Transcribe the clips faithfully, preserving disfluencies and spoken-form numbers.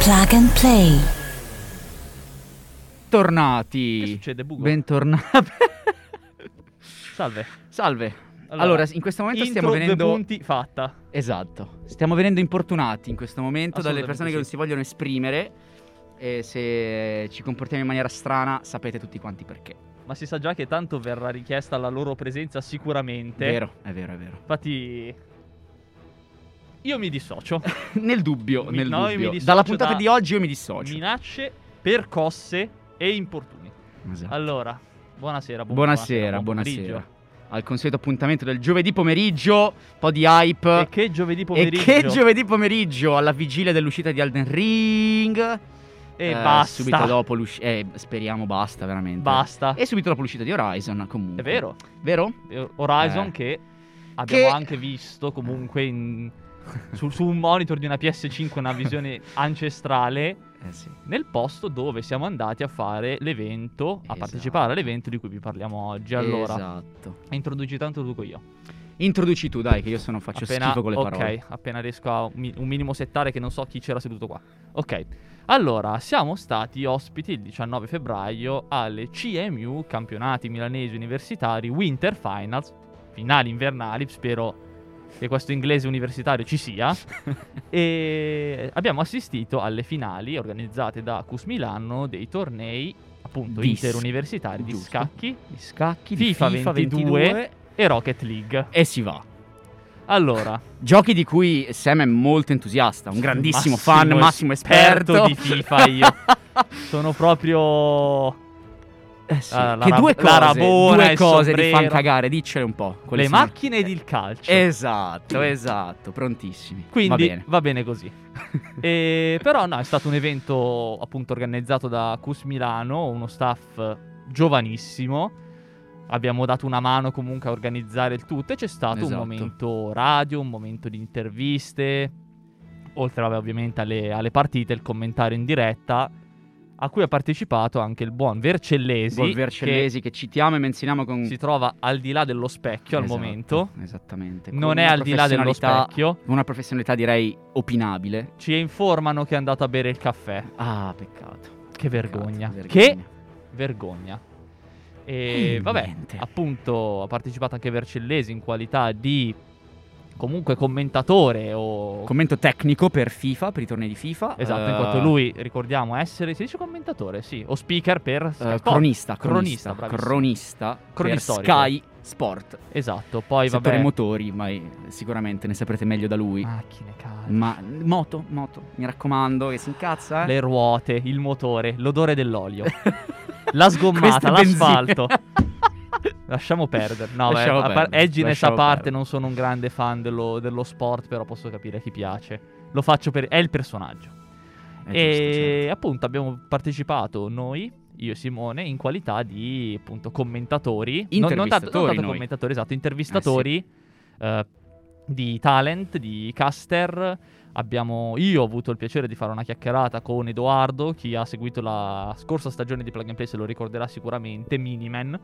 Plug and Play. Tornati. Che succede, Bugo? Bentornati. Salve. Salve. Allora, allora, in questo momento stiamo venendo due punti fatta. Esatto. Stiamo venendo importunati in questo momento dalle persone sì. che non si vogliono esprimere, e se ci comportiamo in maniera strana sapete tutti quanti perché. Ma si sa già che tanto verrà richiesta la loro presenza sicuramente. Vero, è vero, è vero. Infatti io mi dissocio. nel dubbio, Mi- nel no, io dubbio. mi dissocio Dalla puntata da di oggi io mi dissocio. Minacce, percosse e importuni. Esatto. Allora, buonasera, buon- Buonasera, buon buonasera. pomeriggio. Al consueto appuntamento del giovedì pomeriggio, un po' di hype. E che giovedì pomeriggio. E che giovedì pomeriggio, alla vigilia dell'uscita di Elden Ring. E Eh, basta. Subito dopo l'uscita. Eh, speriamo basta, veramente. Basta. E subito dopo l'uscita di Horizon, comunque. È vero. Vero? Eh, Horizon Eh. che abbiamo Che- anche visto comunque in- su, su un monitor di una P S cinque, una visione ancestrale, Eh sì. nel posto dove siamo andati a fare l'evento, a Esatto. partecipare all'evento di cui vi parliamo oggi. Allora, Esatto. introduci tanto, introduco io. Introduci tu, dai, che io sono faccio appena, schifo con le ok, parole. appena riesco a un, mi- un minimo settare che non so chi c'era seduto qua. Ok, allora, siamo stati ospiti il diciannove febbraio alle C M U, campionati milanesi universitari Winter Finals, finali invernali, spero che questo inglese universitario ci sia. E abbiamo assistito alle finali organizzate da Cus Milano dei tornei appunto Di interuniversitari di giusto. scacchi, Gli scacchi di FIFA FIFA ventidue ventidue e Rocket League. e si va. Allora, Giochi di cui Sam è molto entusiasta, un grandissimo massimo fan, massimo esperto di FIFA io. Sono proprio Eh sì, Ah, la che rab- due la cose, rabona, due il cose ti sombrero. fanno cagare, diccele un po'. quali le sono. macchine ed il calcio. Esatto, esatto, prontissimi. Quindi Va bene. così. E, però no, è stato un evento appunto organizzato da Cus Milano, uno staff giovanissimo. Abbiamo dato una mano comunque a organizzare il tutto e c'è stato Esatto. un momento radio, un momento di interviste, oltre vabbè, ovviamente alle, alle partite, il commentario in diretta, a cui ha partecipato anche il buon Vercellesi, Buon Vercellesi che citiamo e menzioniamo con che si trova al di là dello specchio al Esatto, momento. Esattamente. Non con è una al di là dello professionalità- specchio. Una professionalità direi opinabile. Ci informano che è andato a bere il caffè. Ah, peccato. Che vergogna. Peccato, Che vergogna. E E vabbè, niente. appunto ha partecipato anche Vercellesi in qualità di comunque commentatore o Commento tecnico per FIFA, per i tornei di FIFA. esatto, in eh, quanto lui ricordiamo essere, si dice commentatore, sì, o speaker per eh, Sky Sport. cronista, Cronista, cronista, bravissimo. cronista per Cronistorico. Sky Sport. Esatto, poi Settore vabbè, motori, ma eh, sicuramente ne saprete meglio da lui. macchine, cari, Ma moto, moto, mi raccomando, che si incazza, eh. le ruote, il motore, l'odore dell'olio, la Queste sgommata, benzine. l'asfalto. Lasciamo perdere. No, Lasciamo beh, a par- perdere, edginess a lasciamo parte, perdere. non sono un grande fan dello, dello sport, però posso capire a chi piace. Lo faccio per... è il personaggio. È e giusto, certo. appunto abbiamo partecipato noi, io e Simone, in qualità di appunto commentatori. Non- non, tanto, non Intervistatori tanto noi. commentatori, esatto, intervistatori eh, di talent, di caster. Abbiamo, io ho avuto il piacere di fare una chiacchierata con Edoardo, chi ha seguito la scorsa stagione di Plug and Play se lo ricorderà sicuramente, Miniman.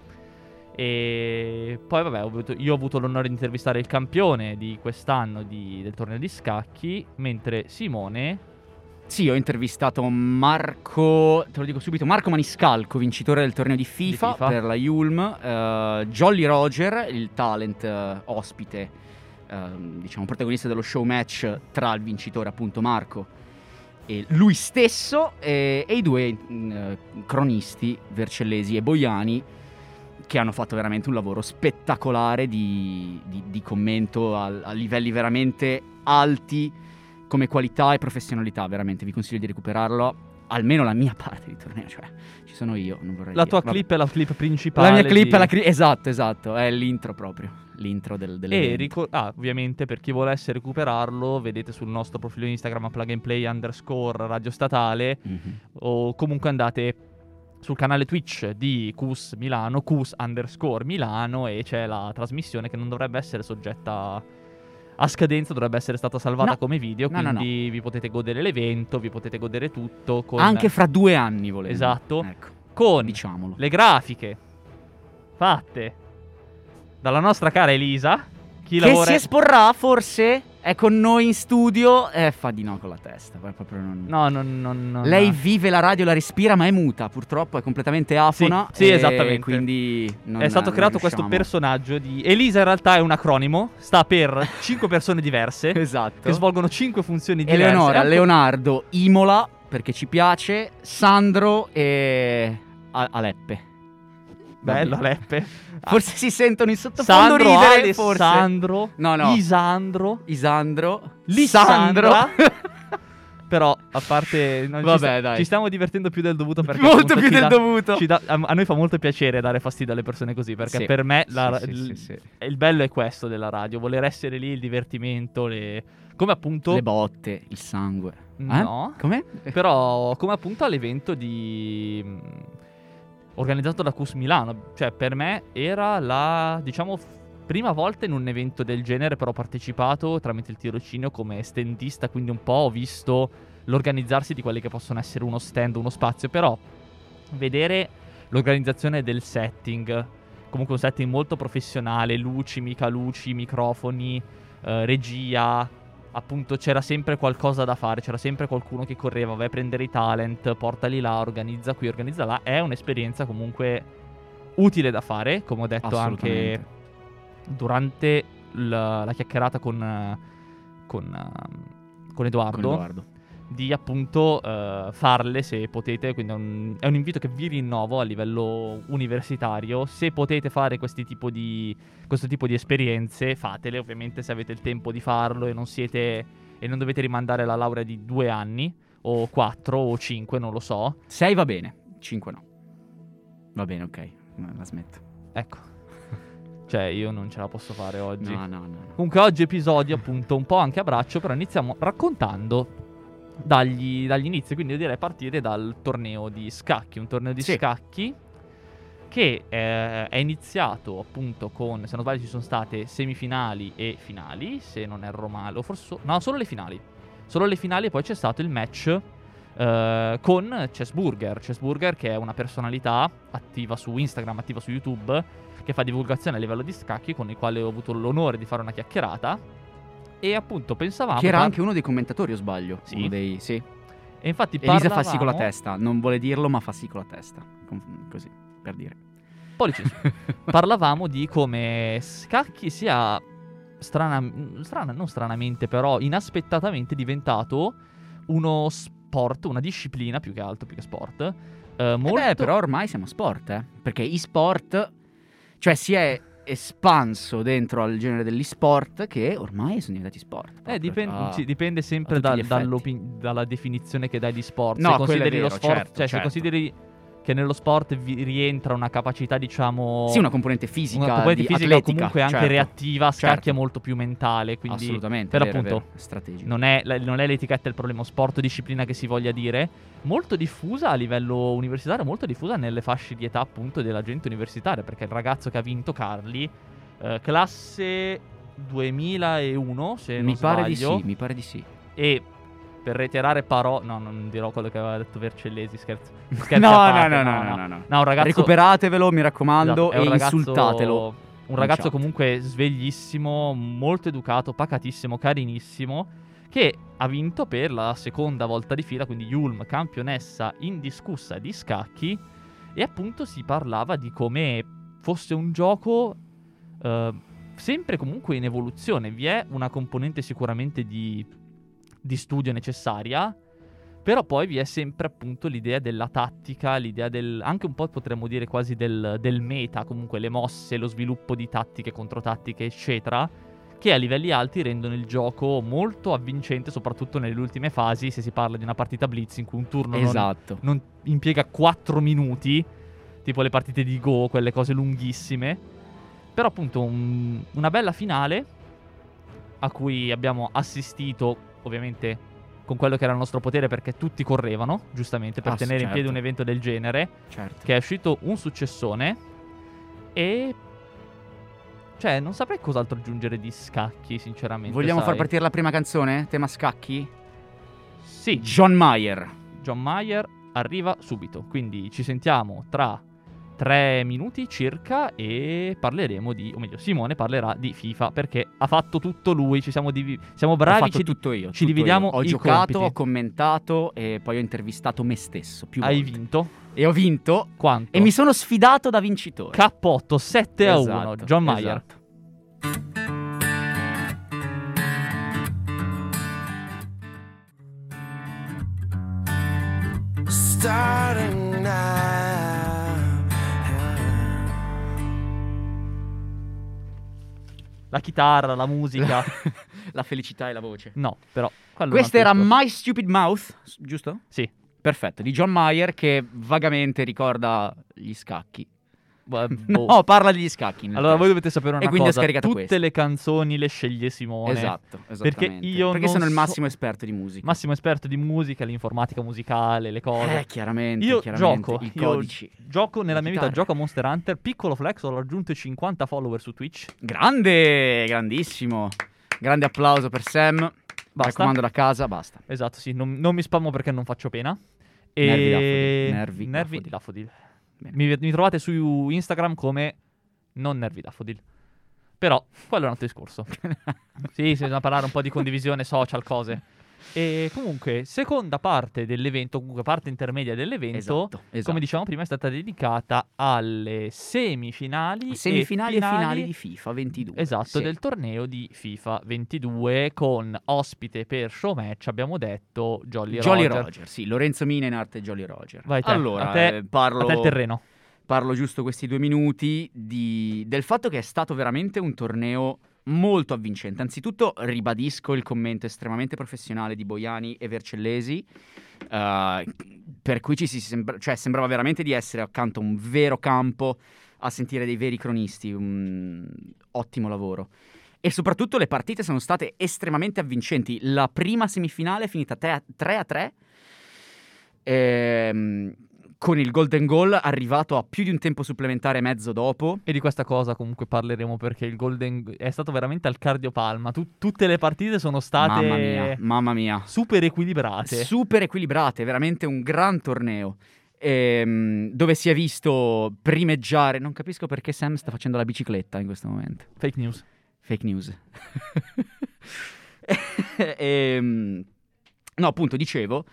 E poi vabbè, ho avuto- io ho avuto l'onore di intervistare il campione di quest'anno di- del torneo di scacchi, mentre Simone, Sì, ho intervistato Marco, te lo dico subito, Marco Maniscalco, vincitore del torneo di FIFA, Di FIFA. per la Yulm, eh, Jolly Roger, il talent eh, ospite, ehm, diciamo protagonista dello show match tra il vincitore appunto Marco e lui stesso, e, e i due mm, eh, cronisti, Vercellesi e Boiani, che hanno fatto veramente un lavoro spettacolare di, di- di commento a, a livelli veramente alti come qualità e professionalità. Veramente vi consiglio di recuperarlo, almeno la mia parte di torneo, cioè ci sono io, non vorrei la dire. tua Vabbè. clip è la clip principale. La mia clip di- è la clip, esatto, esatto, è l'intro proprio, l'intro del, E dell'evento. ricor- ah, ovviamente per chi volesse recuperarlo, vedete sul nostro profilo Instagram a plug and play underscore radio statale, Mhm. o comunque andate sul canale Twitch di Cus Milano, Cus underscore Milano, e c'è la trasmissione che non dovrebbe essere soggetta a scadenza, dovrebbe essere stata salvata No. come video, No, no, quindi vi potete godere l'evento, vi potete godere tutto con, Anche fra due anni volendo. Esatto. Ecco, con diciamolo. le grafiche fatte dalla nostra cara Elisa, chi che lavora... si esporrà forse, è con noi in studio, eh, fa di no con la testa. Proprio non... No, non, non, non- Lei vive la radio, la respira, ma è muta, purtroppo è completamente afona. Sì, sì, e esattamente. Quindi non, È stato non creato questo riusciamo. personaggio di... Elisa in realtà è un acronimo, sta per cinque persone diverse, Esatto. che svolgono cinque funzioni diverse. Eleonora, È un po'- Leonardo, Imola, perché ci piace, Sandro e A- Aleppe. Bello, Vabbè. Aleppe. Forse si sentono in sottofondo Sandro, ridere, forse. Alessandro, No, no. Isandro, Isandro, Lissandra. Sandro. Però, a parte... noi ci Vabbè, sta- dai. Ci stiamo divertendo più del dovuto perché... Molto appunto, più ci del dà- dovuto. ci dà- a, a noi fa molto piacere dare fastidio alle persone così, perché Sì. per me la- Sì, sì, il, sì, sì. il bello è questo della radio, voler essere lì, il divertimento, le... come appunto... Le botte, il sangue. Eh? No. Come? Però, come appunto all'evento di... mh, organizzato da Cus Milano. Cioè, per me era la, diciamo, f- prima volta in un evento del genere, però ho partecipato tramite il tirocinio come standista, quindi un po' ho visto l'organizzarsi di quelli che possono essere uno stand, uno spazio, però vedere l'organizzazione del setting, comunque un setting molto professionale, luci, mica luci, microfoni, eh, regia, appunto c'era sempre qualcosa da fare, c'era sempre qualcuno che correva, vai a prendere i talent, portali là, organizza qui, organizza là, è un'esperienza comunque utile da fare, come ho detto anche Assolutamente. durante la, la chiacchierata con, eh, con, eh, con Edoardo, Con Edoardo. di appunto eh, farle se potete, quindi è un, è un invito che vi rinnovo a livello universitario, se potete fare questi tipo di, questo tipo di esperienze fatele, ovviamente se avete il tempo di farlo e non siete e non dovete rimandare la laurea di due anni o quattro o cinque, non lo so. sei va bene, cinque no. Va bene, ok, la smetto. Ecco, cioè io non ce la posso fare oggi. No, no, no. no. Comunque oggi episodio appunto un po' anche a braccio, però iniziamo raccontando dagli, dagli inizi, quindi io direi partire dal torneo di scacchi, un torneo di Sì. scacchi che eh, è iniziato appunto con, se non sbaglio ci sono state semifinali e finali, se non erro male, o forse so- no, solo le finali, solo le finali e poi c'è stato il match eh, con Chessburger, Chessburger che è una personalità attiva su Instagram, attiva su YouTube, che fa divulgazione a livello di scacchi, con il quale ho avuto l'onore di fare una chiacchierata. E appunto pensavamo Che era par- anche uno dei commentatori, o sbaglio? Sì. Uno dei... Sì. E infatti Elisa parlavamo... fa sì con la testa, non vuole dirlo, ma fa sì con la testa. Com- Così, per dire. Pollice su. Parlavamo di come scacchi sia strana, strana, non stranamente, però inaspettatamente diventato uno sport, una disciplina più che altro, più che sport. Eh, molto... Eh beh, però ormai siamo sport, eh. Perché e-sport, cioè si è espanso dentro al genere degli-sport che ormai sono diventati sport. Eh, proprio. dipende, Ah. sì, dipende sempre a tutti dal- gli effetti. dall'opin- dalla definizione che dai di sport. No, se quello è consideri lo vero, sport, certo, cioè se certo. consideri che nello sport vi rientra una capacità, diciamo, Sì, una componente fisica, una componente di fisica atletica, comunque anche certo. reattiva, a scacchi Certo. è molto più mentale, quindi Assolutamente, per è vero, è appunto vero, è strategico. non è, la- non è l'etichetta il problema, sport disciplina che si voglia dire, molto diffusa a livello universitario, molto diffusa nelle fasce di età appunto della gente universitaria, perché il ragazzo che ha vinto Carli, eh, classe duemilauno se mi non pare di sbaglio, sì, mi pare di sì. e per reiterare parole, no, non dirò quello che aveva detto Vercellesi, scherzo. Scherzi No, a parte, no, no, no, no, no. No, un ragazzo Recuperatevelo, mi raccomando, Esatto, è un e ragazzo- insultatelo. Un in ragazzo chat. comunque sveglissimo, molto educato, pacatissimo, carinissimo, che ha vinto per la seconda volta di fila, quindi Yulm, campionessa indiscussa di scacchi, e appunto si parlava di come fosse un gioco eh, sempre comunque in evoluzione. Vi è una componente sicuramente di, di studio necessaria, però poi vi è sempre appunto l'idea della tattica, l'idea del... anche un po' potremmo dire quasi del, del meta, comunque le mosse, lo sviluppo di tattiche, controtattiche, eccetera, che a livelli alti rendono il gioco molto avvincente, soprattutto nelle ultime fasi, se si parla di una partita blitz in cui un turno non, Esatto. non impiega quattro minuti, tipo le partite di Go, quelle cose lunghissime. Però appunto un- una bella finale a cui abbiamo assistito, ovviamente con quello che era il nostro potere, perché tutti correvano, giustamente, per Ah, sì, tenere in piedi certo. un evento del genere, Certo. che è uscito un successone. E cioè non saprei cos'altro aggiungere di scacchi, sinceramente. Vogliamo sai. far partire la prima canzone? Tema scacchi? Sì, John Mayer. John Mayer arriva subito, quindi ci sentiamo tra tre minuti circa e parleremo di, o meglio Simone parlerà di FIFA perché ha fatto tutto lui, ci siamo, divi- siamo bravi, ho fatto ci, tutto io, ci tutto dividiamo io. Ho i giocato, compiti. ho commentato e poi ho intervistato me stesso più Hai volte. vinto? E ho vinto Quanto? e mi sono sfidato da vincitore. K otto sette a uno, Esatto, John Mayer. esatto. Starting now. La chitarra, la musica. La felicità e la voce. No, però quello è un Questo altro era discorso. My Stupid Mouth, giusto? Sì. Perfetto, di John Mayer, che vagamente ricorda gli scacchi. Boh. No, parla degli scacchi. nel Allora, voi testo. dovete sapere una E quindi ho cosa. scaricato Tutte questo. le canzoni le sceglie Simone. Esatto, Perché esattamente. io Perché non sono il so- massimo esperto di musica. Massimo esperto di musica, l'informatica musicale, le cose. Eh, chiaramente, Io chiaramente. gioco, I io codici. gioco nella Le mia vita, chitarre. gioco a Monster Hunter. Piccolo flex, ho raggiunto i cinquanta follower su Twitch. Grande, grandissimo. Grande applauso per Sam. Mi Basta. raccomando da casa, basta. Esatto, sì, non, non mi spammo perché non faccio pena. E... Nervi daffodil, nervi Nervi daffodil. daffodil. Bene. Mi, mi trovate su Instagram come non nervi daffodil. Però, quello è un altro discorso. Sì, si bisogna parlare un po' di condivisione social, cose. E comunque, seconda parte dell'evento, comunque parte intermedia dell'evento, Esatto, esatto. come dicevamo prima, è stata dedicata alle semifinali, Semifinali e e finali, finali di FIFA ventidue. esatto, Sì. del torneo di FIFA ventidue con ospite per show match, abbiamo detto, Jolly, Jolly Roger. Roger, sì, Lorenzo Mina in arte Jolly Roger. Vai te, allora, a te, eh, parlo, a te il terreno. parlo giusto questi due minuti di, del fatto che è stato veramente un torneo molto avvincente. Anzitutto ribadisco il commento estremamente professionale di Boiani e Vercellesi, eh, per cui ci si sembra, cioè, sembrava veramente di essere accanto a un vero campo a sentire dei veri cronisti. Un ottimo lavoro. E soprattutto le partite sono state estremamente avvincenti. La prima semifinale è finita tre a tre, ehm, con il golden goal arrivato a più di un tempo supplementare e mezzo dopo. E di questa cosa comunque parleremo perché il Golden è stato veramente al cardiopalma. Tu- tutte le partite sono state Mamma mia, mamma mia. super equilibrate. Super equilibrate, veramente un gran torneo. Ehm, dove si è visto primeggiare. Non capisco perché Sam sta facendo la bicicletta in questo momento. Fake news. Fake news. Ehm, no, appunto, dicevo.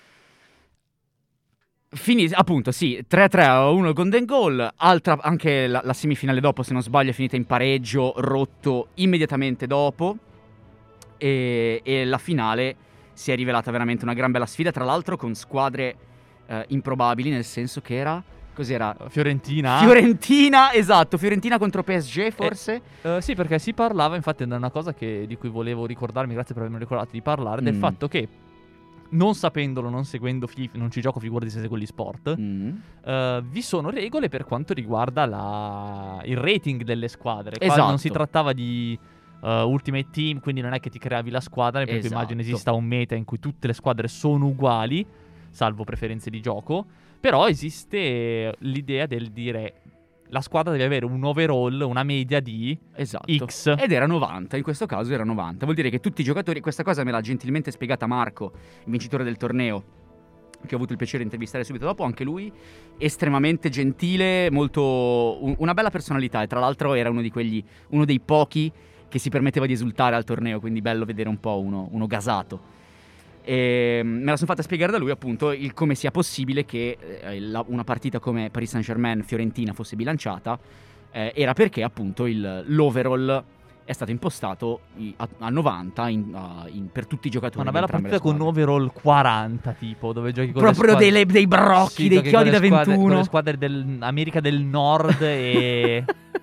Fini, appunto, sì, tre a tre a uno il golden goal. Altra, anche la, la semifinale dopo, se non sbaglio, è finita in pareggio, rotto immediatamente dopo. E, e la finale si è rivelata veramente una gran bella sfida, tra l'altro con squadre eh, improbabili, nel senso che era... Cos'era? Fiorentina. Fiorentina, esatto, Fiorentina contro P S G forse? Eh, sì, perché si parlava, infatti, è una cosa che, di cui volevo ricordarmi, grazie per avermi ricordato di parlare, del Mm. fatto che, non sapendolo, non seguendo FIFA, non ci gioco, figurati se seguo gli sport, Mm. eh, vi sono regole per quanto riguarda la... il rating delle squadre. Qua Esatto. non si trattava di eh, Ultimate Team, quindi non è che ti creavi la squadra, perché Esatto. immagino esista un meta in cui tutte le squadre sono uguali, salvo preferenze di gioco. Però esiste l'idea del dire la squadra deve avere un overall, una media di Esatto. X. Ed era novanta, in questo caso era novanta. Vuol dire che tutti i giocatori, questa cosa me l'ha gentilmente spiegata Marco, il vincitore del torneo, che ho avuto il piacere di intervistare subito dopo, anche lui estremamente gentile, molto un- una bella personalità, e tra l'altro era uno di quegli, uno dei pochi che si permetteva di esultare al torneo, quindi bello vedere un po' uno, uno gasato. E mm, me la sono fatta spiegare da lui, appunto, il come sia possibile che eh, la- una partita come Paris Saint-Germain Fiorentina fosse bilanciata. Eh, era perché appunto il, l'overall è stato impostato i- a, a novanta in- a- in- per tutti i giocatori. Una di bella entrambe partita le con squadre. overall quaranta, tipo, dove giochi con le Proprio squadre... dei, dei brocchi, Sì, dei giochi chiodi con da le squadre- ventuno. con le squadre dell'America del Nord e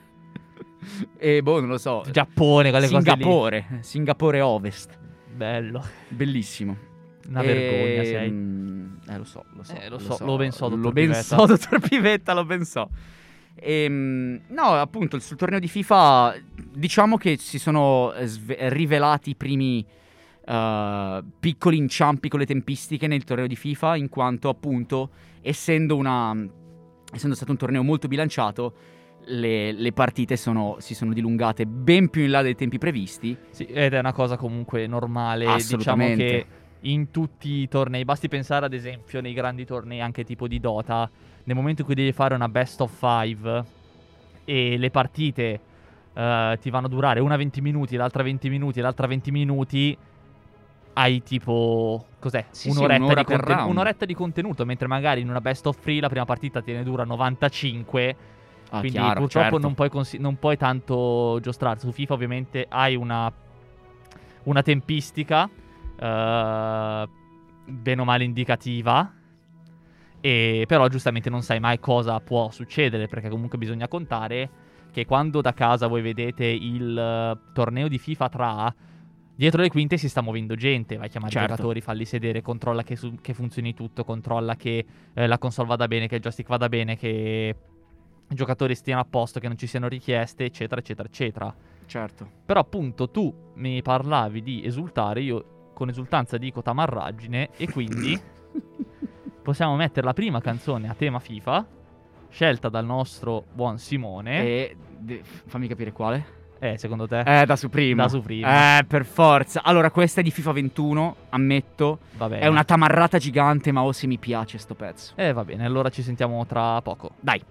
E boh, non lo so. Giappone, quelle cose lì. Singapore, Singapore Ovest. Bello. Bellissimo. Una vergogna sei. Ehm, Eh, lo so, lo so. Eh, lo so, lo ben so, dottor Lo ben Pivetta. so, dottor Pivetta, lo ben so. Ehm, no, appunto, sul torneo di FIFA diciamo che si sono eh, sve- rivelati i primi eh, piccoli inciampi con le tempistiche nel torneo di FIFA, in quanto appunto, essendo una essendo stato un torneo molto bilanciato, le, le partite sono, si sono dilungate ben più in là dei tempi previsti. Sì, ed è una cosa comunque normale. Assolutamente. Diciamo che in tutti i tornei, basti pensare ad esempio nei grandi tornei anche tipo di Dota, nel momento in cui devi fare una best of five e le partite uh, ti vanno a durare una venti minuti, l'altra venti minuti, l'altra venti minuti, hai tipo, cos'è? Sì, un'oretta, sì, un'ora di per conten- round. un'oretta di contenuto, mentre magari in una best of three la prima partita te ne dura novantacinque. Ah, Quindi chiaro, purtroppo certo. non, puoi consi- non puoi tanto giostrare. Su FIFA ovviamente hai una, una tempistica uh, bene o male indicativa, e però giustamente non sai mai cosa può succedere, perché comunque bisogna contare che quando da casa voi vedete il uh, torneo di FIFA tra, dietro le quinte si sta muovendo gente, vai a chiamare Certo. i giocatori, falli sedere, controlla che, su- che funzioni tutto, controlla che eh, la console vada bene, che il joystick vada bene, che i giocatori stiano a posto, che non ci siano richieste, eccetera, eccetera, eccetera. Certo. Però appunto tu mi parlavi di esultare, io con esultanza dico tamarraggine, e quindi possiamo mettere la prima canzone a tema FIFA, scelta dal nostro buon Simone. E de- fammi capire quale. Eh, secondo te? Eh, da Supreme. Da Supreme. Eh, per forza. Allora, questa è di FIFA ventuno, ammetto. Va bene. È una tamarrata gigante, ma oh se mi piace sto pezzo. Eh, va bene, allora ci sentiamo tra poco. Dai.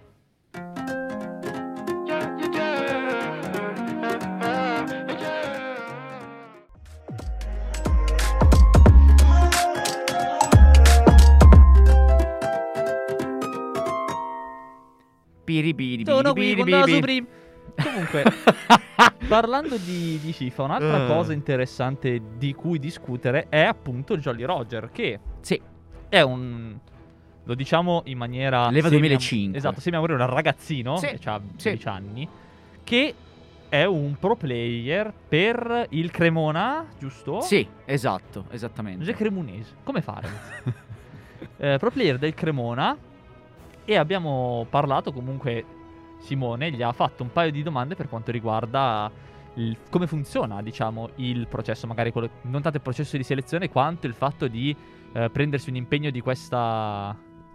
Piri piri Sono piri qui piri con Da piri. Supreme. Comunque, parlando di, di FIFA, un'altra Eh. cosa interessante di cui discutere è appunto Jolly Roger, che Sì, è un... lo diciamo in maniera... Leva semi- duemilacinque. Esatto, sembra un ragazzino, Sì, che ha sì. dodici anni, che è un pro player per il Cremona, giusto? sì, esatto, esattamente. Cos'è Cremonese? Come fare? eh, pro player del Cremona, e abbiamo parlato comunque, Simone gli ha fatto un paio di domande per quanto riguarda il- come funziona, diciamo, il processo, magari quello- non tanto il processo di selezione quanto il fatto di eh, prendersi un impegno di questa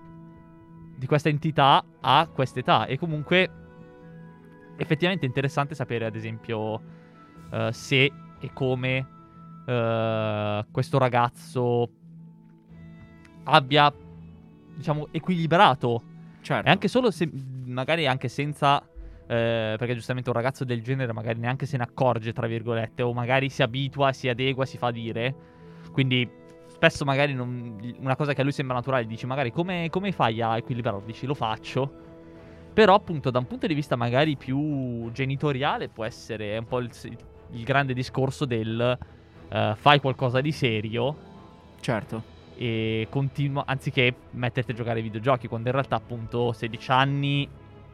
di questa entità a quest'età. E comunque effettivamente è interessante sapere, ad esempio, eh, se e come eh, questo ragazzo abbia, diciamo, equilibrato, Certo. e anche solo se, magari anche senza, eh, perché giustamente un ragazzo del genere magari neanche se ne accorge, tra virgolette, o magari si abitua, si adegua, si fa dire. Quindi spesso magari non- una cosa che a lui sembra naturale, dici magari come, come fai a equilibrarlo? Dici lo faccio. Però appunto da un punto di vista magari più genitoriale può essere un po' il, il grande discorso del eh, fai qualcosa di serio Certo. e continua, anziché metterti a giocare ai videogiochi, quando in realtà appunto sedici anni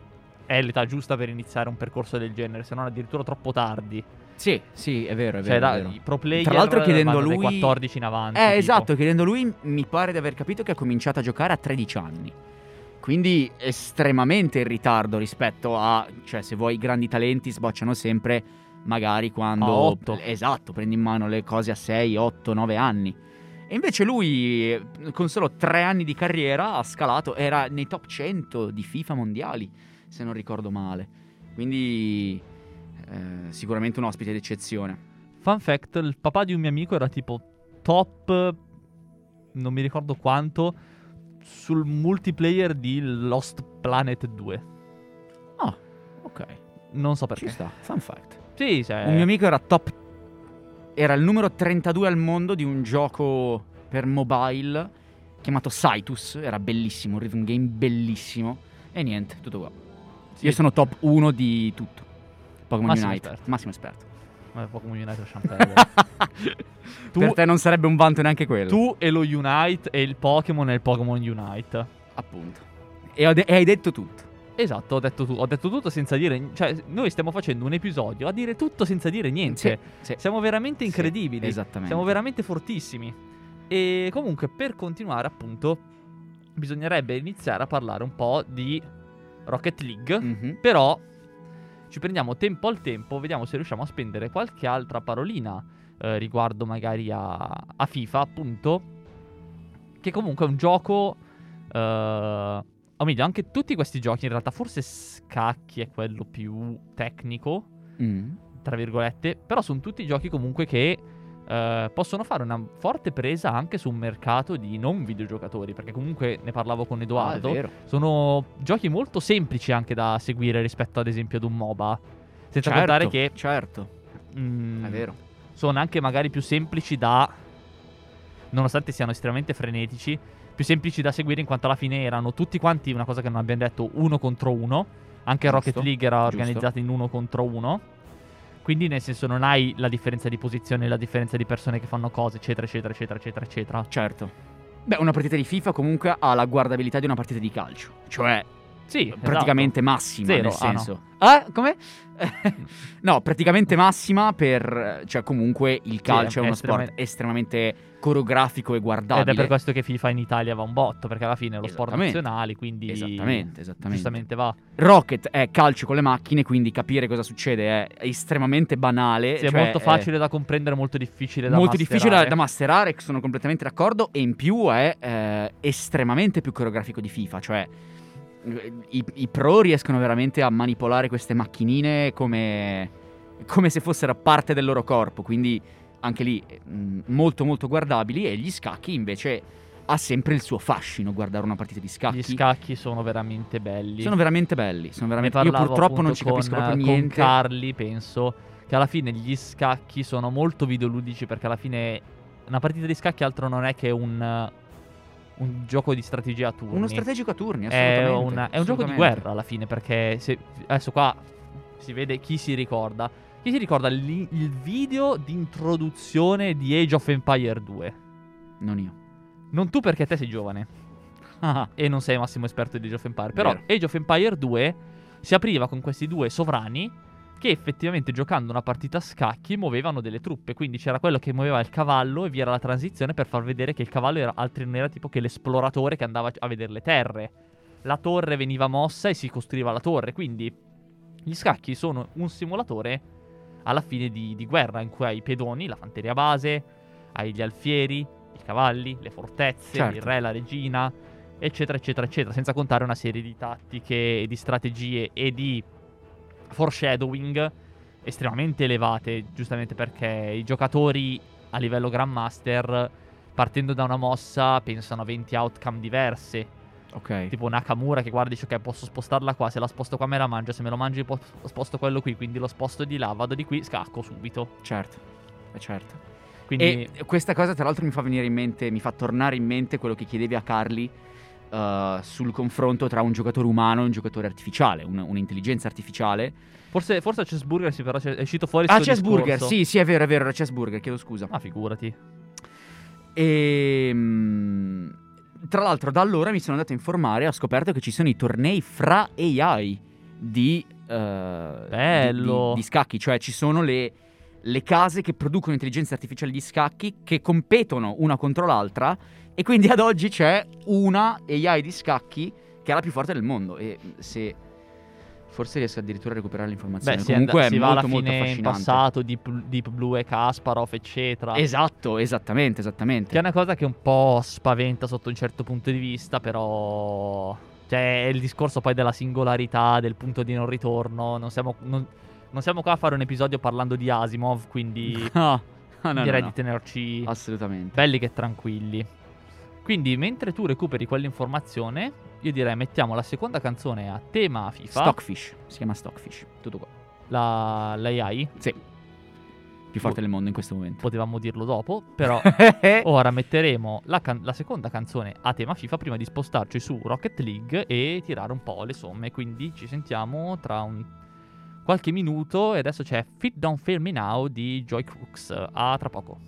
è l'età giusta per iniziare un percorso del genere, se non addirittura troppo tardi. Sì, sì, è vero, è Cioè vero. da, è vero. i pro player Tra l'altro chiedendo a vanno dai lui quattordici in avanti. Eh, tipo. esatto, chiedendo a lui mi pare di aver capito che ha cominciato a giocare a tredici anni. Quindi estremamente in ritardo rispetto a, cioè, se vuoi, i grandi talenti sbocciano sempre magari quando A otto. Esatto, prendi in mano le cose a sei, otto, nove anni. E invece lui eh, con solo tre anni di carriera ha scalato, era nei top cento di FIFA mondiali, se non ricordo male. Quindi eh, sicuramente un ospite d'eccezione. Fun fact, il papà di un mio amico era tipo top, non mi ricordo quanto, sul multiplayer di Lost Planet due. Ah, ok. Non so perché. Ci sta, fun fact. Sì, cioè... Un mio amico era top. Era il numero trentadue al mondo di un gioco per mobile chiamato Cytus. Era bellissimo, un rhythm game bellissimo. E niente, tutto qua. Sì. Io sono top uno di tutto. Pokémon Massimo Unite. esperto. Massimo esperto. Ma Pokémon Unite lasciamo perdere. tu, Per te non sarebbe un vanto neanche quello. tu e lo Unite e il Pokémon e il Pokémon Unite. Appunto. E, ho de- e hai detto tutto. Esatto, ho detto, tu- ho detto tutto senza dire... Cioè, noi stiamo facendo un episodio a dire tutto senza dire niente. Sì, sì. Siamo veramente Sì, incredibili. esattamente. Siamo veramente fortissimi. E comunque, per continuare, appunto, bisognerebbe iniziare a parlare un po' di Rocket League. Mhm. Però ci prendiamo tempo al tempo, vediamo se riusciamo a spendere qualche altra parolina eh, riguardo magari a, a FIFA, appunto, che comunque è un gioco... eh, o meglio, anche tutti questi giochi, in realtà, forse scacchi è quello più tecnico, Mm. tra virgolette, però sono tutti giochi comunque che eh, possono fare una forte presa anche su un mercato di non videogiocatori, perché comunque ne parlavo con Edoardo, Ah, è vero. sono giochi molto semplici anche da seguire rispetto ad esempio ad un MOBA, senza Certo, contare che certo, mm, è vero. sono anche magari più semplici da, nonostante siano estremamente frenetici, più semplici da seguire in quanto alla fine erano tutti quanti, una cosa che non abbiamo detto, uno contro uno. Anche Giusto, Rocket League era giusto. organizzata in uno contro uno. Quindi nel senso non hai la differenza di posizione, la differenza di persone che fanno cose, eccetera, eccetera, eccetera, eccetera, eccetera. Certo. Beh, una partita di FIFA comunque ha la guardabilità di una partita di calcio. Cioè, Sì, praticamente esatto. massima, Zero, nel ah, senso. Ah, come? No, praticamente massima per... Cioè, comunque il calcio è è uno estrema- sport estremamente coreografico e guardabile. Ed è per questo che FIFA in Italia va un botto, perché alla fine è lo sport Esattamente. nazionale, quindi Esattamente, esattamente. giustamente va. Rocket è calcio con le macchine, quindi capire cosa succede è estremamente banale. Sì, è cioè, molto facile da comprendere, molto difficile da molto masterare. difficile da, da masterare, sono completamente d'accordo. E in più è eh, estremamente più coreografico di FIFA. Cioè, eh, i, i pro riescono veramente a manipolare queste macchinine come, come se fossero parte del loro corpo. Quindi anche lì mh, molto molto guardabili. E gli scacchi invece ha sempre il suo fascino guardare una partita di scacchi. Gli scacchi sono veramente belli. Sono veramente belli. Sono Ne veramente... Io parlavo purtroppo non appunto ci capisco con, proprio con niente. Carli, penso che alla fine gli scacchi sono molto videoludici, perché alla fine una partita di scacchi altro non è che un, un gioco di strategia a turni. Uno strategico a turni, È, assolutamente. un, è un gioco di assolutamente. guerra alla fine, perché se, adesso qua si vede chi si ricorda. Chi si ricorda li- il video di introduzione di Age of Empire due? Non io. Non tu, perché te sei giovane Ah, e non sei massimo esperto di Age of Empire. Però Vero. Age of Empire due si apriva con questi due sovrani che effettivamente, giocando una partita a scacchi, muovevano delle truppe. Quindi c'era quello che muoveva il cavallo e vi era la transizione per far vedere che il cavallo era, altri non era tipo che l'esploratore che andava a vedere le terre. La torre veniva mossa e si costruiva la torre. Quindi gli scacchi sono un simulatore alla fine di, di guerra, in cui hai i pedoni, la fanteria base, hai gli alfieri, i cavalli, le fortezze, Certo. il re, la regina, eccetera, eccetera, eccetera. Senza contare una serie di tattiche, di strategie e di foreshadowing estremamente elevate, giustamente perché i giocatori a livello Grandmaster, partendo da una mossa, pensano a venti outcome diverse. ok. Tipo Nakamura che guarda e dice ok, posso spostarla qua, se la sposto qua me la mangio, se me lo mangi po- sposto quello qui, quindi lo sposto di là, vado di qui, scacco subito. Certo, eh, certo. Quindi E questa cosa tra l'altro mi fa venire in mente, mi fa tornare in mente quello che chiedevi a Carli uh, sul confronto tra un giocatore umano e un giocatore artificiale, un- un'intelligenza artificiale. forse, forse a Chessburger sì, però c'è- è uscito fuori Ah, sto Chessburger, discorso. sì, sì, è vero, è vero, era Chessburger, chiedo scusa. Ma figurati. E mm, tra l'altro da allora mi sono andato a informare e ho scoperto che ci sono i tornei fra A I di, eh, Bello. di, di- di scacchi, cioè ci sono le, le case che producono intelligenze artificiali di scacchi che competono una contro l'altra, e quindi ad oggi c'è una A I di scacchi che è la più forte del mondo. E se forse riesco addirittura a recuperare l'informazione. Beh, si, Comunque and- si è va molto alla molto fine in affascinante. passato, Deep, Deep Blue e Kasparov, eccetera. Esatto, esattamente, esattamente. Che è una cosa che un po' spaventa sotto un certo punto di vista, però cioè è il discorso poi della singolarità, del punto di non ritorno. Non siamo, non, non siamo qua a fare un episodio parlando di Asimov, quindi No, no, no, direi no. di tenerci Assolutamente. belli che tranquilli. Quindi mentre tu recuperi quell'informazione, io direi mettiamo la seconda canzone a tema FIFA, Stockfish, si chiama Stockfish, tutto qua. la, l'A I. Sì, più forte del mondo in questo momento. Potevamo dirlo dopo, però ora metteremo la, can- la seconda canzone a tema FIFA prima di spostarci su Rocket League e tirare un po' le somme. Quindi ci sentiamo tra un qualche minuto. E adesso c'è Fit Don't Fail Me Now di Joy Crooks. A tra poco.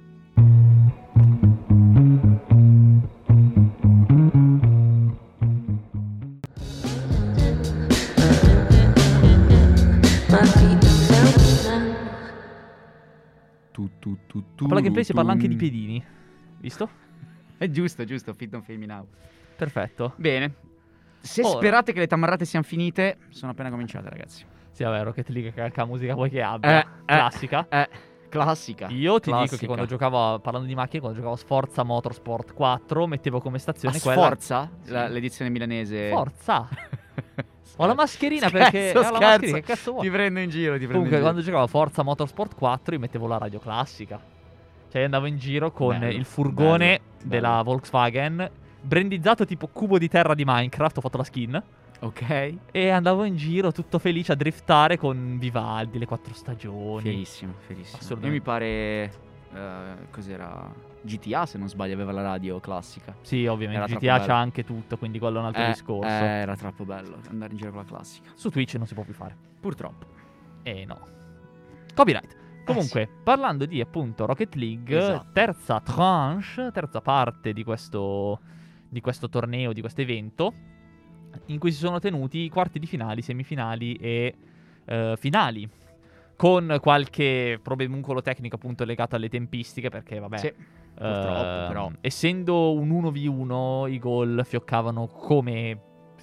Tu, tu, tu, tu, Con la gameplay si parla anche di tu. piedini. Visto? È giusto, giusto, Fit Don't Fail Me Now. Perfetto. Bene. Se Ora. sperate che le tamarrate siano finite, sono appena cominciate, ragazzi. Sì, vabbè, Rocket League che la musica vuoi che abbia. Eh, eh. Classica. Eh, classica. Io ti dico classica. che quando giocavo, a- parlando di macchine, quando giocavo a Sforza Motorsport quattro, mettevo come A stazione quella... Sforza, Sì. la- l'edizione milanese. Forza! Ho la mascherina perché... Scherzo, ho la scherzo. mascherina, che cazzo vuoi? Ti prendo in giro, ti prendo Comunque, in quando giro. giocavo a Forza Motorsport quattro, io mettevo la radio classica. Cioè andavo in giro con Bello, il furgone bello, della bello. Volkswagen, brandizzato tipo cubo di terra di Minecraft, ho fatto la skin. Ok. E andavo in giro tutto felice a driftare con Vivaldi, le quattro stagioni. Fierissimo, fierissimo. Assolutamente. Io mi pare... eh, cos'era? G T A, se non sbaglio, aveva la radio classica. Sì, ovviamente. Era G T troppo A bello. c'ha anche tutto, quindi quello è un altro Eh, discorso. eh, era troppo bello andare in giro con la classica. Su Twitch non si può più fare. Purtroppo. Eh no. Copyright. Comunque, parlando di appunto Rocket League, Esatto. terza tranche, terza parte di questo, di questo torneo, di questo evento, in cui si sono tenuti i quarti di finali, semifinali e eh, finali, con qualche problemuncolo tecnico appunto legato alle tempistiche, perché vabbè, Sì, purtroppo, ehm, però. essendo un uno vu uno, i gol fioccavano come...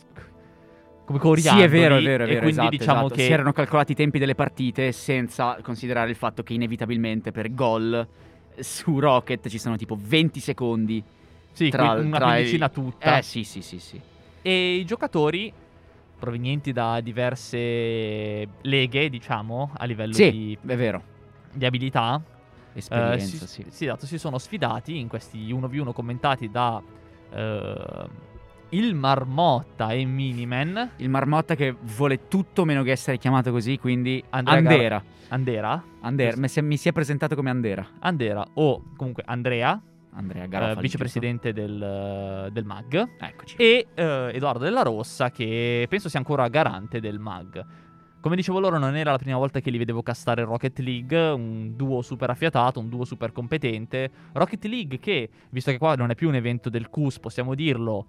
come coriandoli. Sì, è vero, è vero, è e vero, quindi esatto, diciamo esatto. che Si erano calcolati i tempi delle partite senza considerare il fatto che inevitabilmente per gol su Rocket ci sono tipo venti secondi sì, tra, qui- una tra i- quindicina tutta. Eh sì, sì, sì, sì. E i giocatori provenienti da diverse leghe, diciamo, a livello Sì, di, è vero. di abilità, eh, Esperienza, si, sì. sì, esatto, si sono sfidati in questi uno vu uno commentati da eh, il Marmotta e Miniman. Il Marmotta che vuole tutto meno che essere chiamato così, quindi Andrea Andera. Andera? Andera. Mi si, è, mi si è presentato come Andera. Andera o comunque Andrea, Andrea eh, Garofali, vicepresidente del, del M A G. giusto? Eccoci. E eh, Edoardo Della Rossa, che penso sia ancora garante del M A G. Come dicevo loro, non era la prima volta che li vedevo castare Rocket League, un duo super affiatato, un duo super competente. Rocket League che, visto che qua non è più un evento del C U S, possiamo dirlo,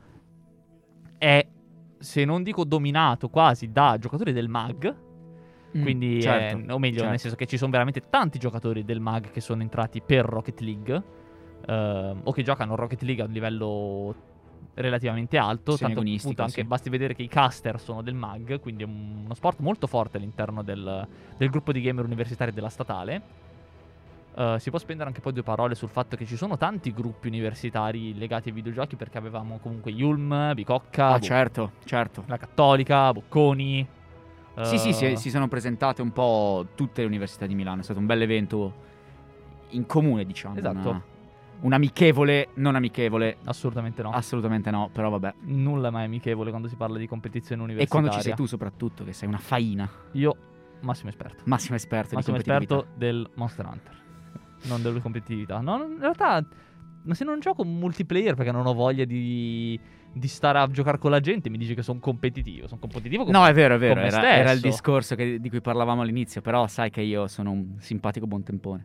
è, se non dico dominato, quasi da giocatori del M A G. Mm, Quindi, certo, è- o meglio, certo. nel senso che ci sono veramente tanti giocatori del M A G che sono entrati per Rocket League, ehm, o che giocano Rocket League a un livello relativamente alto. Tanto Semi-agonistico, appunto anche sì. basti vedere che i caster sono del M A G, quindi è un- uno sport molto forte all'interno del, del gruppo di gamer universitari della statale. Eh, si può spendere anche poi due parole sul fatto che ci sono tanti gruppi universitari legati ai videogiochi, perché avevamo comunque Yulm, Bicocca, Ah, Bo- certo, certo. la Cattolica, Bocconi. Sì, sì, eh, si, si sono presentate un po' tutte le università di Milano. È stato un bel evento in comune, diciamo. Esatto. Una, un amichevole, non amichevole. Assolutamente no. Assolutamente no, però vabbè. Nulla è mai amichevole quando si parla di competizione E universitaria. quando ci sei tu soprattutto, che sei una faina. Io, massimo esperto. Massimo esperto Massimo di competitività. esperto del Monster Hunter. Non delle competitività. No, in realtà, ma se non gioco multiplayer perché non ho voglia di, di stare a giocare con la gente, mi dici che sono competitivo. Sono competitivo con No, è vero, è vero. con me Era, era il stesso. discorso che- di cui parlavamo all'inizio. Però sai che io sono un simpatico buontempone.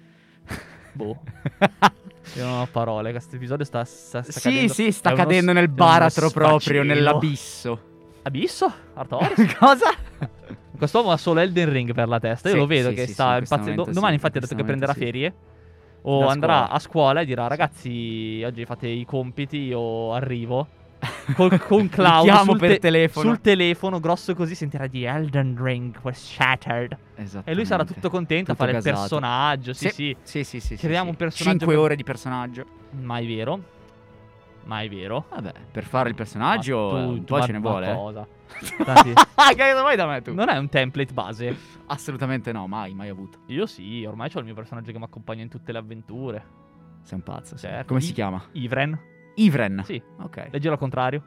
Boh. Io non ho parole. Questo episodio sta, sta, sta Sì, cadendo. sì, sta è uno- cadendo è nel uno baratro proprio, sfacelo. nell'abisso. Abisso? Artoris? Cosa? Quest'uomo ha solo Elden Ring per la testa. Io Sì, lo vedo sì, che sì, sta sì, in questo impazzendo. momento Domani, sì, infatti, ha in detto che questo prenderà momento ferie. O Da andrà scuola. a scuola e dirà: ragazzi, oggi fate i compiti. Io arrivo. Col, con Cloud Li chiamo sul, per te- telefono. sul telefono, grosso così. Sentirà di Elden Ring was shattered. Esattamente. E lui sarà tutto contento Tutto a fare gasato. il personaggio. Sì, sì. Sì, sì, sì. Creiamo sì. un personaggio cinque che- ore di personaggio. Mai vero. Mai vero. Vabbè, per fare il personaggio Ma eh, tu- un tu- po' ma- ce ne ma vuole. eh. cosa? Tanti- Ah, che lo vuoi da me tu? non è un template base. Assolutamente no, mai, mai avuto. Io sì, ormai ho il mio personaggio che mi accompagna in tutte le avventure. Sei un pazzo. sì. Certo. Come I- si chiama? Ivren. Ivren. Sì. Ok. Leggilo al contrario.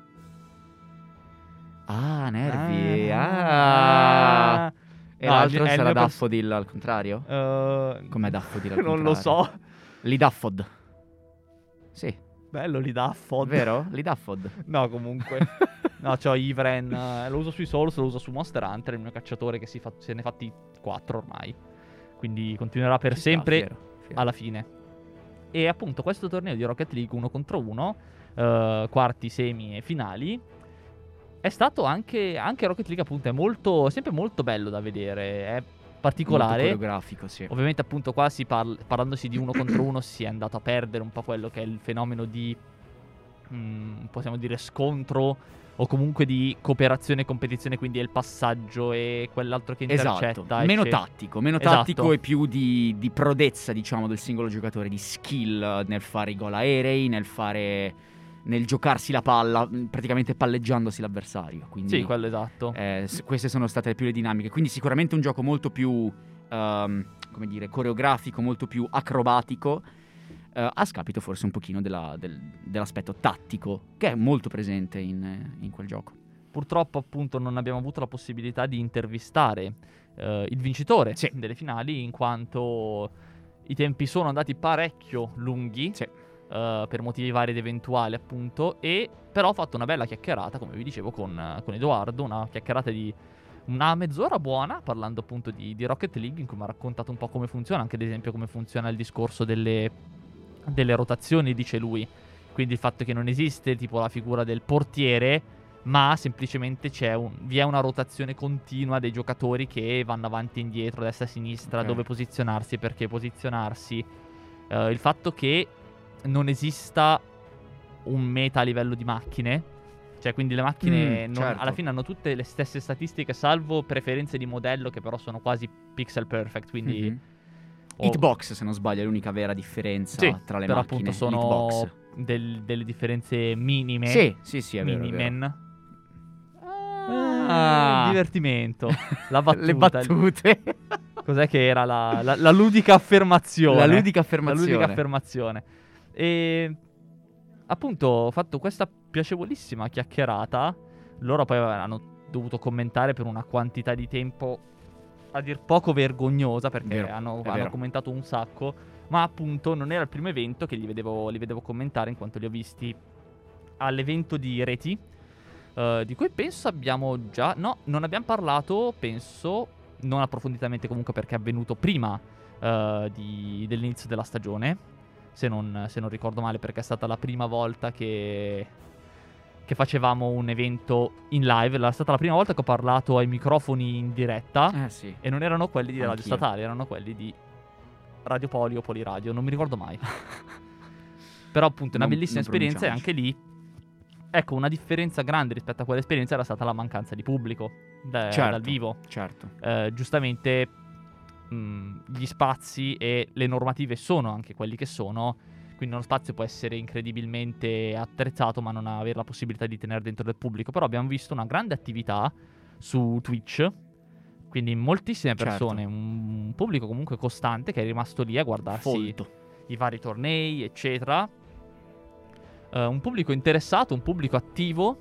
Ah, Nervi. Ah. Ah. E No, l'altro è il sarà mio pers- Daffodil al contrario? Eh, Com'è Daffodil al Non lo contrario? so. Lidaffod. Sì, Bello lì da Fod. vero? Lidaffod. No, comunque. No, c'ho Ivren. eh, Lo uso sui Souls, lo uso su Monster Hunter. Il mio cacciatore che si fa- se ne è fatti quattro ormai. Quindi continuerà per Ci sta, sempre fiero, fiero. alla fine. E appunto questo torneo di Rocket League uno contro uno, eh, quarti, semi e finali, è stato anche, anche Rocket League appunto è molto, sempre molto bello da vedere, è Molto particolare. coreografico, sì. Ovviamente appunto qua si parla, parlandosi di uno contro uno si è andato a perdere un po' quello che è il fenomeno di, mm, possiamo dire, scontro o comunque di cooperazione e competizione, quindi è il passaggio e quell'altro che intercetta. Esatto, meno eccetera. tattico, meno Esatto. tattico e più di, di prodezza, diciamo, del singolo giocatore, di skill nel fare i gol aerei, nel fare nel giocarsi la palla, mh, praticamente palleggiandosi l'avversario. Quindi Sì, quello esatto. eh, s- queste sono state più le dinamiche. Quindi sicuramente un gioco molto più ehm, come dire, coreografico, molto più acrobatico, eh, a scapito forse un pochino della- del- dell'aspetto tattico, che è molto presente in, in quel gioco. Purtroppo appunto non abbiamo avuto la possibilità di intervistare eh, il vincitore Sì. delle finali, in quanto i tempi sono andati parecchio lunghi, Sì. eh, per motivi vari ed eventuali appunto, e però ho fatto una bella chiacchierata, come vi dicevo, con, eh, con Edoardo, una chiacchierata di una mezz'ora buona, parlando appunto di, di Rocket League, in cui mi ha raccontato un po' come funziona, anche ad esempio come funziona il discorso delle, delle rotazioni, dice lui. Quindi il fatto che non esiste tipo la figura del portiere, ma semplicemente c'è un, vi è una rotazione continua dei giocatori che vanno avanti e indietro, destra e sinistra, Ok. dove posizionarsi e perché posizionarsi. Eh, il fatto che non esista un meta a livello di macchine, cioè quindi le macchine Mm, non- certo. alla fine hanno tutte le stesse statistiche, salvo preferenze di modello che però sono quasi pixel perfect, quindi Mhm. o- Hitbox, se non sbaglio, è l'unica vera differenza Sì, tra le però macchine. appunto sono Hitbox. del- delle differenze minime. Sì, sì, sì, è vero, è vero. Minimen. Ah. Ah, divertimento. La battuta. Le battute. Cos'è che era la, la- la ludica affermazione? La ludica La affermazione. ludica affermazione. E appunto ho fatto questa piacevolissima chiacchierata. Loro poi hanno dovuto commentare per una quantità di tempo a dir poco vergognosa, perché Vero, hanno, è hanno vero. commentato un sacco. Ma appunto non era il primo evento che li vedevo, li vedevo commentare, in quanto li ho visti all'evento di Reti, eh, di cui penso abbiamo già... No, non abbiamo parlato, penso, non approfonditamente comunque, perché è avvenuto prima eh, di- dell'inizio della stagione, se non, se non ricordo male, perché è stata la prima volta che, che facevamo un evento in live. Era stata la prima volta che ho parlato ai microfoni in diretta, Eh sì. e non erano quelli di Radio Anch'io. Statale, erano quelli di Radio Poli o Poliradio, non mi ricordo mai. Però appunto è una Non- bellissima non esperienza, e pronunciamoci. anche lì, ecco, una differenza grande rispetto a quell'esperienza era stata la mancanza di pubblico da- Certo. dal vivo. Certo. Eh, giustamente mh, gli spazi e le normative sono anche quelli che sono, quindi uno spazio può essere incredibilmente attrezzato ma non avere la possibilità di tenere dentro del pubblico. Però abbiamo visto una grande attività su Twitch, quindi moltissime Certo. persone, un, un pubblico comunque costante che è rimasto lì a guardarsi Folto. i vari tornei, eccetera. Eh, un pubblico interessato, un pubblico attivo,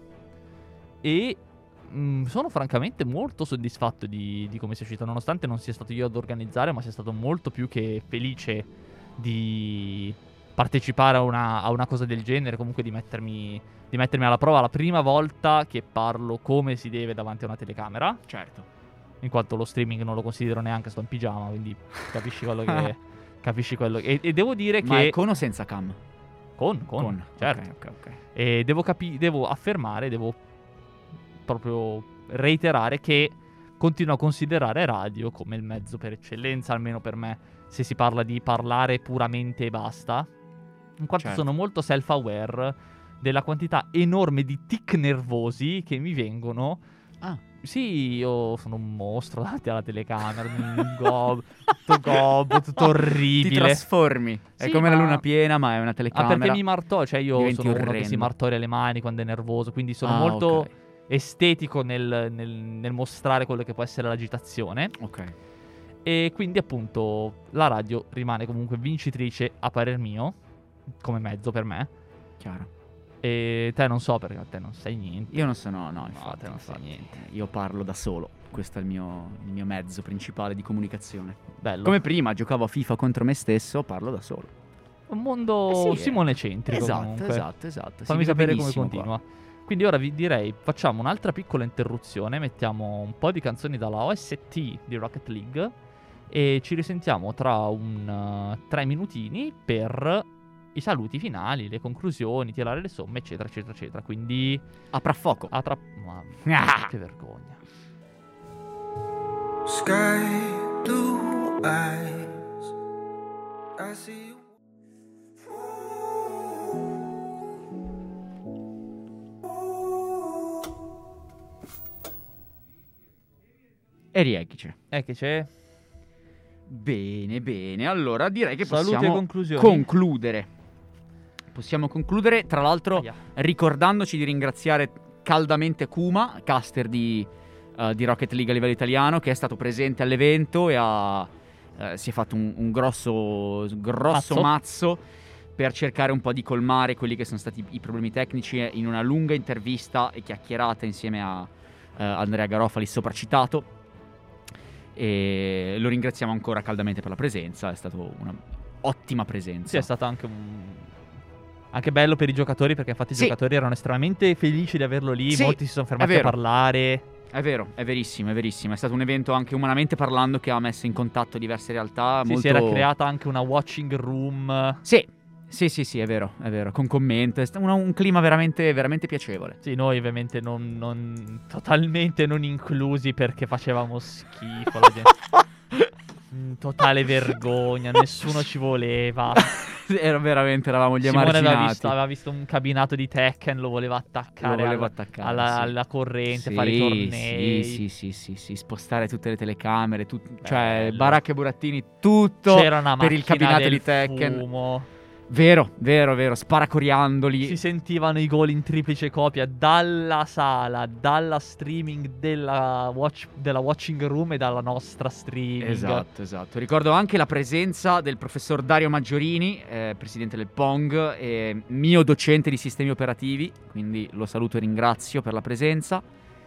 e mh, sono francamente molto soddisfatto di, di come sia uscito, nonostante non sia stato io ad organizzare, ma sia stato molto più che felice di partecipare a una, a una cosa del genere, comunque di mettermi, di mettermi alla prova la prima volta che parlo come si deve davanti a una telecamera, Certo. in quanto lo streaming non lo considero neanche, sto in pigiama, quindi capisci quello che... capisci quello che... E, e devo dire Ma che... è con o senza cam? Con, con, certo. Ok, ok, ok. E devo, capi- devo affermare, devo proprio reiterare che continuo a considerare radio come il mezzo per eccellenza, almeno per me, se si parla di parlare puramente e basta, in quanto Certo. sono molto self-aware della quantità enorme di tic nervosi che mi vengono. Ah, Sì, io sono un mostro davanti alla telecamera, un gob, tutto gob, tutto orribile. ti trasformi. È Sì, come la ma- luna piena, ma è una Ah, telecamera. perché mi martò, cioè io diventi sono uno che orrendo. si martoria le mani quando è nervoso, quindi sono Ah, molto ok. estetico nel, nel- nel mostrare quello che può essere l'agitazione. Ok. E quindi appunto la radio rimane comunque vincitrice a parer mio, come mezzo per me. Chiaro. E te non so, perché a te non sai niente. Io non sono, no, infatti, te non sai infatti. niente. Io parlo da solo. Questo è il mio, il mio mezzo principale di comunicazione. Bello. Come prima giocavo a FIFA contro me stesso, parlo da solo. Un mondo Eh sì, eh. simone-centrico Esatto, comunque. esatto, esatto. Si Fammi vive sapere come benissimo continua. qua. Quindi ora vi direi, facciamo un'altra piccola interruzione, mettiamo un po' di canzoni dalla O S T di Rocket League e ci risentiamo tra un uh, tre minutini per i saluti finali, le conclusioni, tirare le somme, eccetera, eccetera, eccetera. Quindi Apra fuoco. a tra... Mamma, Ah. che vergogna. Sky blue eyes. I see you. E rieccoci. Eh, che c'è? Bene, bene. Allora direi che Saluti possiamo e conclusioni. concludere. Possiamo concludere, tra l'altro, Aia. ricordandoci di ringraziare caldamente Kuma, caster di, eh, di Rocket League a livello italiano, che è stato presente all'evento e ha eh, si è fatto un, un grosso, grosso Mazzo. mazzo per cercare un po' di colmare quelli che sono stati i problemi tecnici in una lunga intervista e chiacchierata insieme a eh, Andrea Garofali sopracitato, e lo ringraziamo ancora caldamente per la presenza, è stata una ottima presenza. Sì, è stato anche un... anche bello per i giocatori, perché infatti i Sì. giocatori erano estremamente felici di averlo lì, Sì, molti si sono è fermati a vero. parlare. È vero, è verissimo, è verissimo. È stato un evento anche umanamente parlando che ha messo in contatto diverse realtà. Sì, molto... si era creata anche una watching room. Sì, sì, sì, sì, è vero, è vero. Con commento, è stato un, un clima veramente, veramente piacevole. Sì, noi ovviamente non, non totalmente non inclusi, perché facevamo schifo. La gente. Mm, totale vergogna, nessuno ci voleva. Era veramente, eravamo gli Simone aveva emarginati. visto, aveva visto un cabinato di Tekken, lo voleva attaccare, Lo voleva alla, attaccare, alla, sì. alla corrente, Sì, fare i tornei. Sì, sì, sì, sì, sì, spostare tutte le telecamere, tut- cioè Bello. Baracca e Burattini, tutto C'era una per il macchina cabinato del di Tekken. fumo. Vero, vero, vero, sparacoriandoli. Si sentivano i gol in triplice copia dalla sala, dalla streaming della, watch, della watching room e dalla nostra streaming. Esatto, esatto. Ricordo anche la presenza del professor Dario Maggiorini, eh, presidente del Pong, e mio docente di sistemi operativi, quindi lo saluto e ringrazio per la presenza.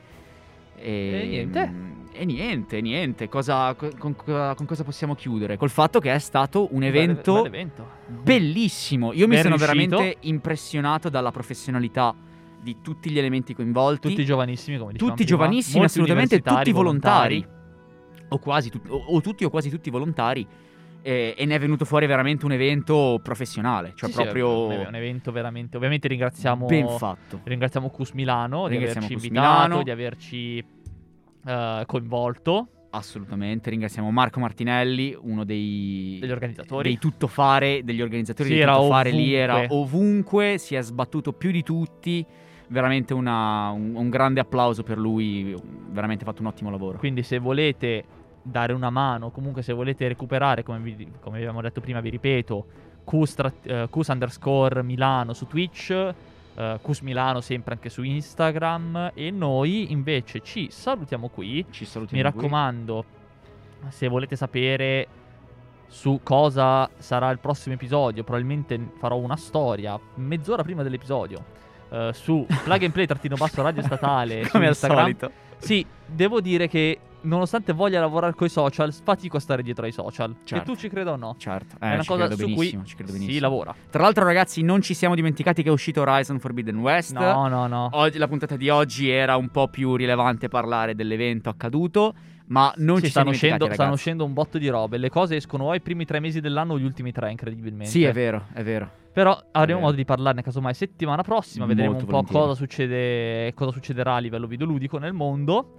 E, E niente. mm, E niente, niente. Cosa, co- con, con cosa possiamo chiudere? Col fatto che è stato un evento Bel, bel evento. bellissimo. Io mi Ben sono riuscito. veramente impressionato dalla professionalità di tutti gli elementi coinvolti. Tutti giovanissimi, come dicevamo Tutti prima. giovanissimi, Molti assolutamente, universitari, tutti volontari. O quasi tutti, o, o tutti o quasi tutti volontari. E, e ne è venuto fuori veramente un evento professionale. Cioè Sì, sì, proprio è un, un evento veramente. Ovviamente ringraziamo ben fatto. Ringraziamo Cus Milano Ringraziamo di averci Cus invitato, Milano. di averci eh, coinvolto, Assolutamente. Ringraziamo Marco Martinelli, uno dei degli organizzatori. dei tuttofare, degli organizzatori Sì, di era tuttofare. Lì ovunque. era ovunque, si è sbattuto più di tutti. Veramente una- un, un grande applauso per lui. Veramente fatto un ottimo lavoro. Quindi se volete dare una mano, comunque se volete recuperare, come, vi, come abbiamo detto prima, vi ripeto, Cus, trat- eh, Cus underscore Milano su Twitch, eh, Cus Milano sempre anche su Instagram, e noi invece ci salutiamo qui. Ci salutiamo. Mi qui. raccomando, se volete sapere su cosa sarà il prossimo episodio, probabilmente farò una storia mezz'ora prima dell'episodio eh, su plug and play trattino basso radio statale su Come al Instagram. solito. Sì, devo dire che nonostante voglia lavorare coi social, fatico a stare dietro ai social. Che Certo. tu ci creda o no. Certo, È eh, una ci cosa credo su benissimo, cui ci credo si benissimo. lavora. Tra l'altro, ragazzi, non ci siamo dimenticati che è uscito Horizon Forbidden West. No, no, no. Oggi, la puntata di oggi era un po' più rilevante parlare dell'evento accaduto, ma non Sì, ci stanno siamo dimenticati, uscendo, ragazzi. stanno uscendo un botto di robe. Le cose escono o ai primi tre mesi dell'anno o gli ultimi tre, incredibilmente. Sì, è vero, è vero. Però avremo vero. modo di parlarne casomai settimana prossima. Vedremo Molto un po' volentieri. cosa succede, cosa succederà a livello videoludico nel mondo.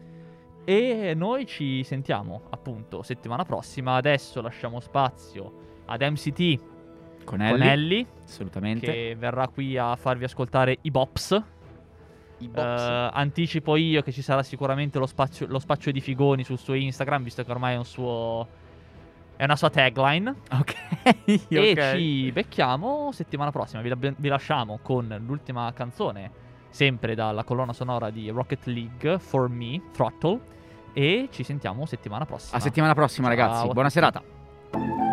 E noi ci sentiamo appunto settimana prossima. Adesso lasciamo spazio ad M C T Con con Ellie, Ellie, assolutamente. che verrà qui a farvi ascoltare i Bops. I Eh, box. anticipo io che ci sarà sicuramente lo spazio, lo spaccio di figoni sul suo Instagram, visto che ormai è un suo. È una sua tagline. Ok, E ok. ci becchiamo settimana prossima. Vi, lab- vi lasciamo con l'ultima canzone, sempre dalla colonna sonora di Rocket League, For Me, Throttle. E ci sentiamo settimana prossima. A settimana prossima, Ciao ragazzi. a Buona tutti. serata.